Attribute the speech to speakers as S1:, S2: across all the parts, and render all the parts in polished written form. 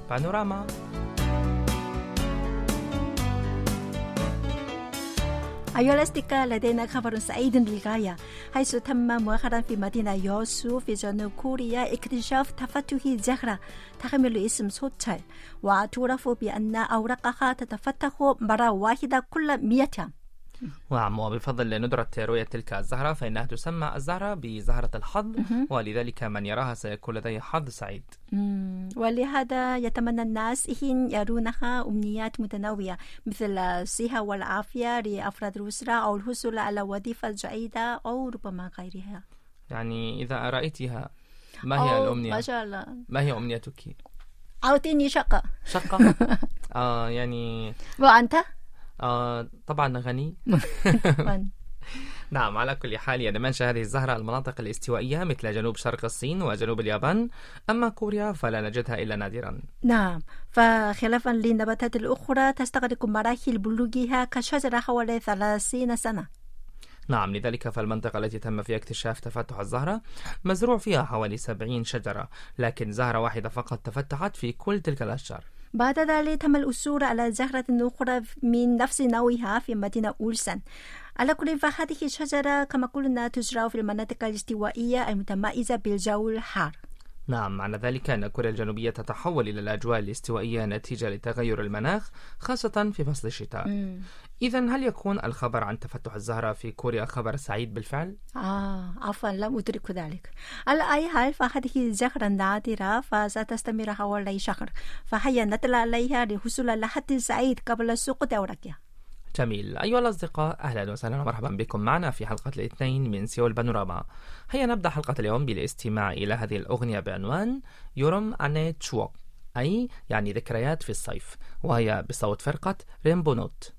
S1: بانوراما.
S2: أيها الأصدقاء، لدينا خبر سعيد للغاية، حيث تم مؤخرا في مدينة يوسو في جنوب كوريا اكتشاف تفتح زهرة تحمل اسم سوتشال، وتعرف بأن أوراقها تتفتح مرة واحدة كل 100 عام.
S1: نعم، وبفضل ندرة رؤية تلك الزهرة فإنها تسمى الزهرة بزهرة الحظ، ولذلك من يراها سيكون لديه حظ سعيد.
S2: ولهذا يتمنى الناس إن يرونها أمنيات متنوعة مثل الصحة والعافية لأفراد الأسرة أو الحصول على وظيفة جيدة أو ربما غيرها.
S1: يعني إذا رأيتها ما هي الأمنية؟
S2: ما شاء الله.
S1: ما هي أمنيتك؟
S2: أعطيني شقة.
S1: شقة؟ يعني
S2: وأنت؟
S1: طبعا غني. نعم، على كل حال يعني منشأ هذه الزهرة المناطق الاستوائية مثل جنوب شرق الصين وجنوب اليابان، أما كوريا فلا نجدها إلا نادرا.
S2: نعم، فخلافا للنباتات الأخرى تستغرق مراحل بلوغها كشجرة حوالي 30 سنة.
S1: نعم، لذلك فالمنطقة التي تم فيها اكتشاف تفتح الزهرة مزروع فيها حوالي 70 شجرة، لكن زهرة واحدة فقط تفتحت في كل تلك الأشجار.
S2: بعد ذلك تم العثور على زهرة أخرى من نفس نوعها في مدينة أولسان. على كل فهذه الشجرة كما قلنا تزرع في المناطق الاستوائية المتميزة بالجو الحار.
S1: نعم، معنى ذلك أن كوريا الجنوبية تتحول إلى الأجواء الاستوائية نتيجة لتغير المناخ خاصة في فصل الشتاء. إذن هل يكون الخبر عن تفتح الزهرة في كوريا خبر سعيد بالفعل؟
S2: عفوا لم أدرك ذلك. على أي حال فهذه الزهرة نادرة فستستمر حوالي شهر، فهيا نطلع عليها لحصول على حظ سعيد قبل سقوط أوراقها.
S1: جميل. أيها الأصدقاء، أهلا وسهلا ومرحبا بكم معنا في حلقة الاثنين من سيول بانوراما. هيا نبدأ حلقة اليوم بالاستماع إلى هذه الأغنية بعنوان يورم أني تشوك، أي يعني ذكريات في الصيف، وهي بصوت فرقة رينبو نوت.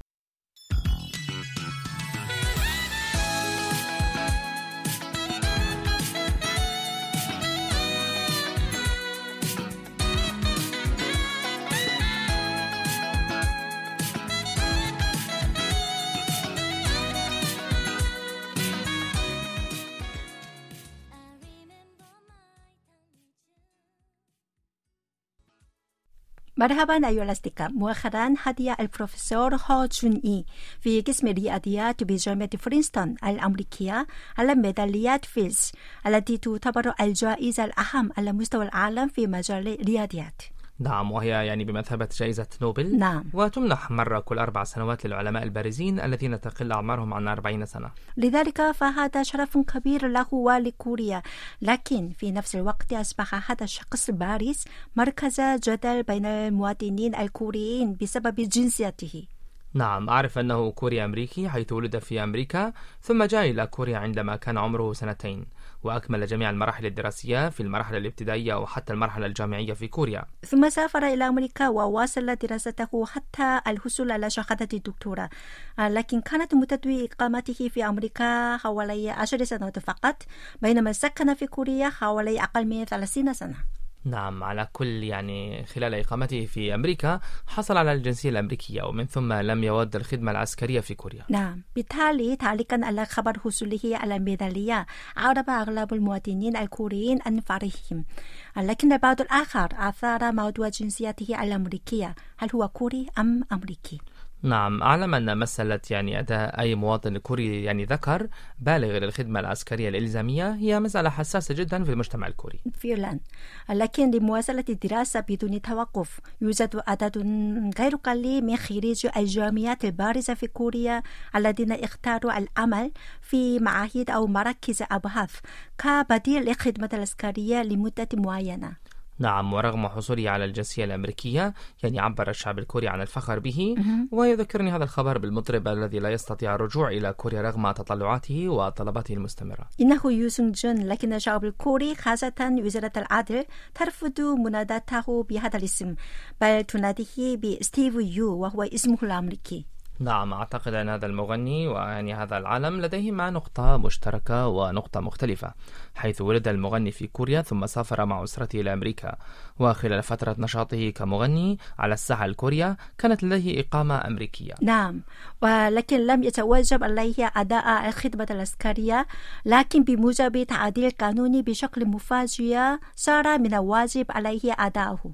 S2: مرحبا أيها الأصدقاء. مؤخرا هدي البروفيسور هو جون إي في قسم الرياضيات بجامعة برينستون الأمريكية على ميدالية فيلز التي تعتبر الجائزة الأهم على مستوى العالم في مجال الرياضيات.
S1: نعم، وهي يعني بمثابة جائزة نوبل.
S2: نعم.
S1: وتمنح مرة كل 4 سنوات للعلماء البارزين الذين تقل أعمارهم عن 40 سنة.
S2: لذلك فهذا شرف كبير له ولكوريا، لكن في نفس الوقت أصبح هذا الشخص البارز مركز جدل بين المواطنين الكوريين بسبب جنسيته.
S1: نعم، أعرف أنه كوري أمريكي حيث ولد في أمريكا، ثم جاء إلى كوريا عندما كان عمره 2 وأكمل جميع المراحل الدراسية في المرحلة الابتدائية وحتى المرحلة الجامعية في كوريا،
S2: ثم سافر إلى أمريكا وواصل دراسته حتى الحصول على شهادة الدكتوراه، لكن كانت مدة إقامته في أمريكا حوالي 10 سنوات فقط، بينما سكن في كوريا حوالي أقل من 30 سنة.
S1: نعم، على كل يعني خلال إقامته في أمريكا حصل على الجنسية الأمريكية، ومن ثم لم يود الخدمة العسكرية في كوريا.
S2: نعم، بالتالي تعليقا على خبر حصوله على الميدالية أعرب أغلب المواطنين الكوريين عن فرحهم، لكن البعض الآخر أثار موضوع جنسيته الأمريكية، هل هو كوري أم أمريكي؟
S1: نعم، أعلم أن مسألة يعني أداء أي مواطن كوري يعني ذكر بالغ للخدمة العسكرية الإلزامية هي مسألة حساسة جدا في المجتمع الكوري
S2: فعلا، لكن لمواصلة الدراسة بدون توقف يوجد عدد غير قليل من خريجي الجامعات البارزة في كوريا الذين اختاروا العمل في معاهد أو مراكز أبحاث كبديل للخدمة العسكرية لمدة معينة.
S1: نعم، ورغم حصوله على الجنسية الأمريكية يعني عبر الشعب الكوري عن الفخر به. ويذكرني هذا الخبر بالمطرب الذي لا يستطيع الرجوع إلى كوريا رغم تطلعاته وطلباته المستمرة.
S2: إنه يو سونغ جون، لكن الشعب الكوري خاصة وزارة العدل ترفض مناداته بهذا الاسم، بل تناديه بستيف يو وهو اسمه الأمريكي.
S1: نعم، أعتقد أن هذا المغني ويعني هذا العالم لديهما نقطة مشتركة ونقطة مختلفة، حيث ولد المغني في كوريا ثم سافر مع أسرته إلى أمريكا، وخلال فترة نشاطه كمغني على الساحة الكورية كانت لديه إقامة أمريكية.
S2: نعم، ولكن لم يتوجب عليه أداء الخدمة العسكرية، لكن بموجب تعديل قانوني بشكل مفاجئ صار من الواجب عليه أداؤه.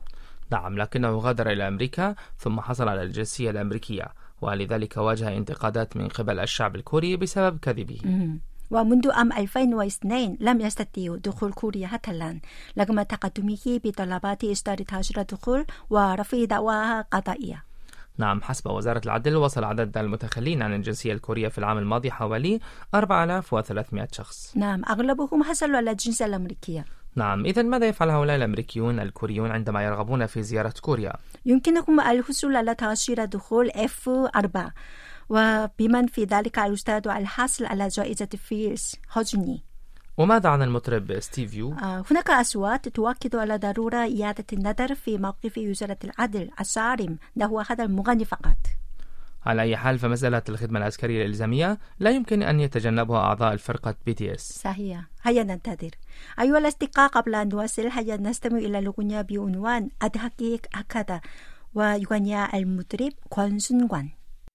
S1: نعم، لكنه غادر إلى أمريكا ثم حصل على الجنسية الأمريكية، ولذلك واجه انتقادات من قبل الشعب الكوري بسبب كذبه.
S2: ومنذ عام 2002 لم يستطيع دخول كوريا حتى الآن رغم تقدمه بطلبات إصدار تأشيرة دخول ورفع دعوى قضائية.
S1: نعم، حسب وزارة العدل وصل عدد المتخلين عن الجنسية الكورية في العام الماضي حوالي 4300 شخص.
S2: نعم، أغلبهم حصلوا على الجنسية الأمريكية.
S1: نعم، إذن ماذا يفعل هؤلاء الأمريكيون الكوريون عندما يرغبون في زيارة كوريا؟
S2: يمكنهم الحصول على تأشيرة دخول F4 وبمن في ذلك الأستاذ الحاصل على جائزة فيرس هوجني.
S1: وماذا عن المطرب ستيف يو؟
S2: هناك أصوات تؤكد على ضرورة إعادة النظر في موقف وزارة العدل الصارم نحو هذا المغني فقط.
S1: على أي حال فمسألة الخدمة العسكرية الإلزامية لا يمكن أن يتجنبها أعضاء الفرقة BTS.
S2: صحيح، هيا ننتظر. أيها الأصدقاء، قبل أن نواصل هيا نستمع إلى الأغنية بعنوان أضحكي أكادا ويغنيها المطرب 권순관.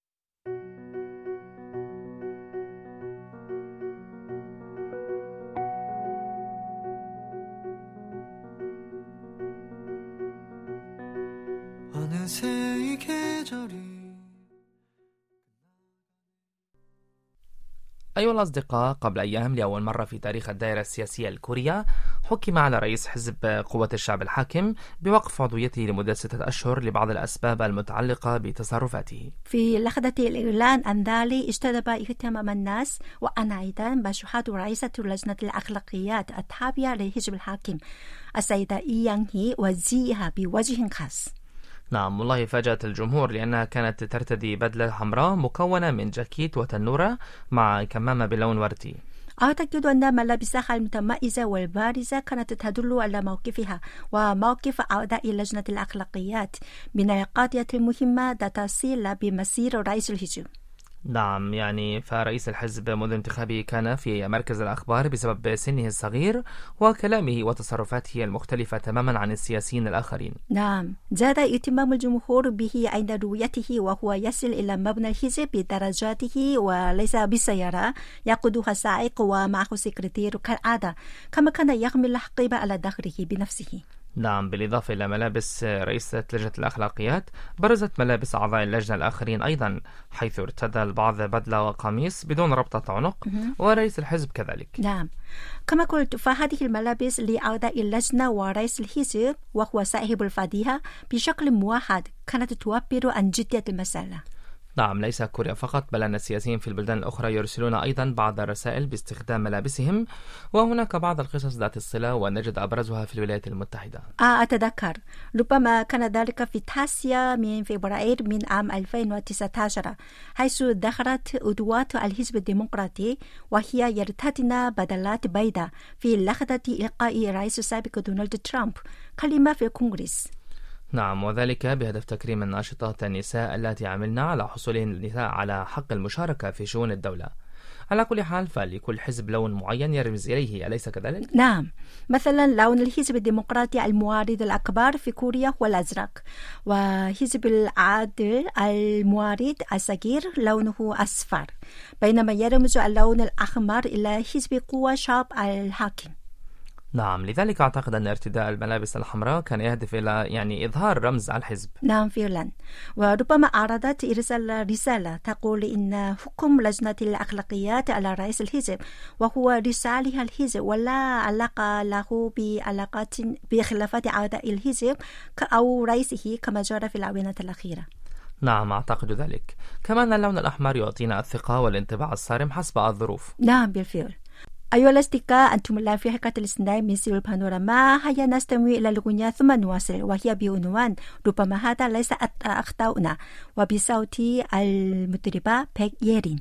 S1: أيها الأصدقاء، قبل أيام لأول مرة في تاريخ الدائرة السياسية الكورية حكم على رئيس حزب قوة الشعب الحاكم بوقف عضويته لمدة 6 أشهر لبعض الأسباب المتعلقة بتصرفاته.
S2: في لحظة الإعلان عن ذلك اجتذب اهتمام الناس، وأنا أيضا مشاهد رئيسة لجنة الأخلاقيات التابعة للحزب الحاكم السيدة إي يانغ هي وزيها بوجه خاص.
S1: نعم، والله فاجأت الجمهور لأنها كانت ترتدي بدلة حمراء مكونة من جاكيت وتنورة مع كمامة بلون وردي.
S2: أعتقد أن ملابسها المتميزة والبارزة كانت تدل على موقفها وموقف أعضاء لجنة الأخلاقيات من القضية المهمة تصل بمسير رئيس الحزب.
S1: نعم، يعني فرئيس الحزب منذ انتخابه كان في مركز الأخبار بسبب سنه الصغير وكلامه وتصرفاته المختلفة تماما عن السياسيين الآخرين.
S2: نعم، زاد اهتمام الجمهور به عند رؤيته وهو يصل إلى مبنى الحزب بدرجاته وليس بسيارة يقودها سائق ومعه سكرتير كالعادة، كما كان يحمل حقيبة على ظهره بنفسه.
S1: نعم، بالإضافة إلى ملابس رئيسة لجنة الأخلاقيات برزت ملابس أعضاء اللجنة الآخرين أيضا، حيث ارتدى البعض بدلة وقميص بدون ربطة عنق ورئيس الحزب كذلك.
S2: نعم، كما قلت فهذه الملابس لأعضاء اللجنة ورئيس الحزب وهو صاحب الفضيحة بشكل موحد كانت تعبر عن جدية المسألة.
S1: نعم، ليس كوريا فقط بل أن السياسيين في البلدان الأخرى يرسلون أيضا بعض الرسائل باستخدام ملابسهم، وهناك بعض القصص ذات الصلة ونجد أبرزها في الولايات المتحدة.
S2: أتذكر ربما كان ذلك في 9 من فبراير من عام 2019 حيث ظهرت عضوات الحزب الديمقراطي وهي يرتدين بدلات بيضاء في لحظة إلقاء رئيس السابق دونالد ترامب كلمة في الكونغرس.
S1: نعم، وذلك بهدف تكريم الناشطات النساء التي عملن على حصولهن النساء على حق المشاركة في شؤون الدولة. على كل حال فلكل حزب لون معين يرمز إليه، أليس كذلك؟
S2: نعم، مثلا لون الحزب الديمقراطي المعارض الأكبر في كوريا هو الأزرق، وحزب العدل المعارض الصغير لونه أصفر، بينما يرمز اللون الأحمر إلى حزب قوة الشعب الحاكم.
S1: نعم، لذلك أعتقد أن ارتداء الملابس الحمراء كان يهدف إلى إظهار رمز الحزب.
S2: نعم فعلا، وربما أرادت إرسال رسالة تقول إن حكم لجنة الأخلاقيات على رئيس الحزب وهو رسالة الحزب ولا علاقة له بعلاقات بخلافات أعضاء الحزب أو رئيسه كما جرى في الآونة الأخيرة.
S1: نعم، أعتقد ذلك. كمان اللون الأحمر يعطينا الثقة والانطباع الصارم حسب الظروف.
S2: نعم بالفعل. أيها الأصدقاء، أنتم الآن في حلقة الاثنين من سيول بانوراما. هيا نستمع إلى الأغنية ثم نواصل، وهي بعنوان ربما هذا ليس أخطاؤنا وبصوت المطربة 백예린.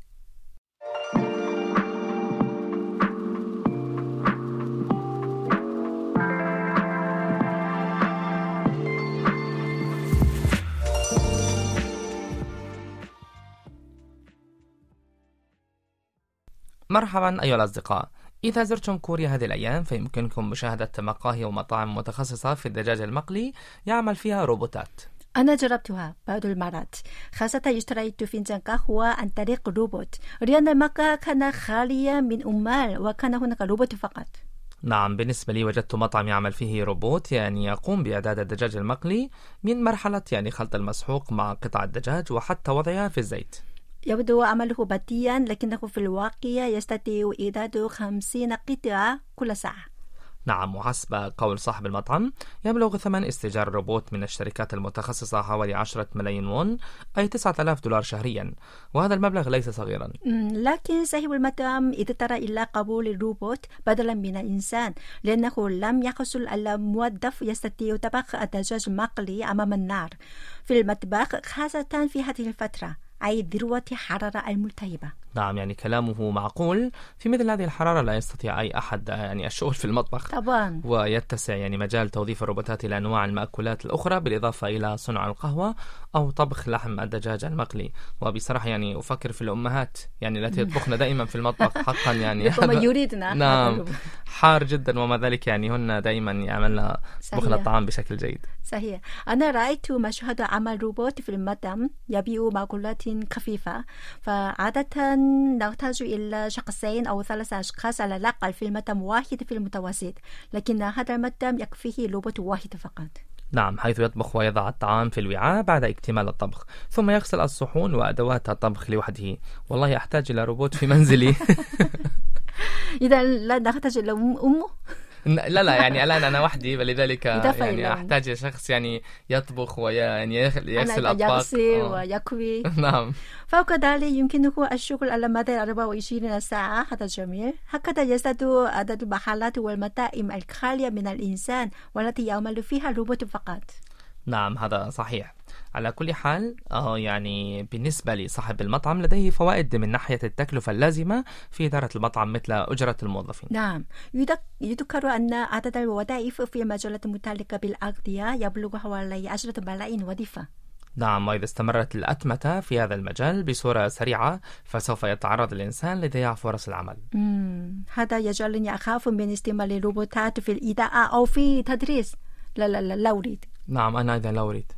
S1: مرحبا أيها الأصدقاء. إذا زرتم كوريا هذه الأيام فيمكنكم مشاهدة مقاهي ومطاعم متخصصة في الدجاج المقلي يعمل فيها روبوتات.
S2: أنا جربتها بعض المرات، خاصة اشتريت فنجان قهوة عن طريق روبوت، لأن المقهى كان خاليا من عمال وكان هناك روبوت فقط.
S1: نعم، بالنسبة لي وجدت مطعم يعمل فيه روبوت يعني يقوم بإعداد الدجاج المقلي من مرحلة يعني خلط المسحوق مع قطع الدجاج وحتى وضعها في الزيت.
S2: يبدو عمله بطيئا، لكنه في الواقع يستطيع إعداد 50 قطعة كل ساعة.
S1: نعم، وحسب قول صاحب المطعم يبلغ ثمن استئجار الروبوت من الشركات المتخصصة حوالي 10 ملايين وون، أي $9,000 شهريا، وهذا المبلغ ليس صغيرا.
S2: لكن صاحب المطعم اضطر إلى قبول الروبوت بدلا من الإنسان، لأنه لم يحصل على موظف يستطيع طبخ الدجاج المقلي أمام النار في المطبخ، خاصة في هذه الفترة، أي ذروة حرارة الملتهبة.
S1: نعم، يعني كلامه معقول. في مثل هذه الحرارة لا يستطيع أي أحد يعني الشغل في المطبخ
S2: طبعا.
S1: ويتسع يعني مجال توظيف الروبوتات إلى أنواع المأكولات الأخرى بالإضافة إلى صنع القهوة أو طبخ لحم الدجاج المقلي. وبصراحة يعني أفكر في الأمهات يعني التي يطبخن دائما في المطبخ حقا يعني
S2: ربما يريدنا.
S1: نعم، حار جدا وما ذلك يعني هن دائما يعملن يطبخن الطعام بشكل جيد.
S2: صحيح. أنا رأيت مشهد عمل روبوت في المطعم يبيع مأكولات خفيفة، فعادة نحتاج إلى شخصين أو 3 أشخاص على الأقل في المطعم واحد في المتوسط، لكن هذا المطعم يكفيه روبوت واحد فقط.
S1: نعم، حيث يطبخ ويضع الطعام في الوعاء بعد اكتمال الطبخ، ثم يغسل الصحون وأدوات الطبخ لوحده. والله أحتاج إلى روبوت في منزلي.
S2: إذا لا نحتاج إلى أمه.
S1: لا يعني الآن أنا وحدي، فلذلك يعني أحتاج شخص يعني يطبخ ويعني يغسل الأطباق
S2: ويكوي.
S1: نعم.
S2: فوق ذلك يمكنه الشغل على مدى 24 ساعة. هذا جميل. هكذا يزداد عدد المحلات والمطاعم الخالية من الإنسان والتي يعمل فيها الروبوت فقط.
S1: نعم، هذا صحيح. على كل حال يعني بالنسبة لصاحب المطعم لديه فوائد من ناحية التكلفة اللازمة في إدارة المطعم مثل أجرة الموظفين.
S2: نعم، يذكر أن عدد الوظائف في المجالات المتعلقة بالأغذية يبلغ حوالي 10 ملايين وظيفة.
S1: نعم، وإذا استمرت الأتمتة في هذا المجال بصورة سريعة فسوف يتعرض الإنسان لضياع فرص العمل.
S2: هذا يجعلني أخاف من استعمال الروبوتات في الإذاعة أو في التدريس. لا أريد.
S1: نعم، أنا أيضا لا أريد.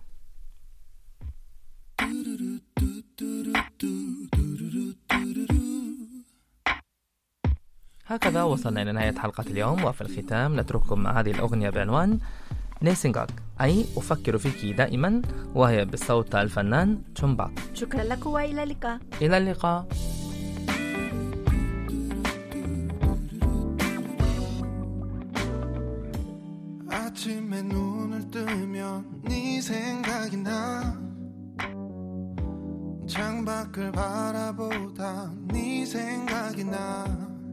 S1: هكذا وصلنا إلى نهاية حلقة اليوم، وفي الختام نترككم مع هذه الأغنية بعنوان نيسينغاك، أي أفكر فيك دائما، وهي بالصوت الفنان تشومباك.
S2: شكرا لك وإلى اللقاء.
S1: إلى اللقاء.
S3: 아침에 눈을 뜨면 네 생각이 나 창밖을 바라보다 네 생각이 나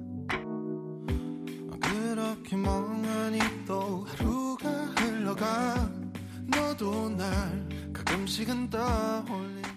S3: 그렇게 멍하니 또 하루가 흘러가 너도 날 가끔씩은 떠올리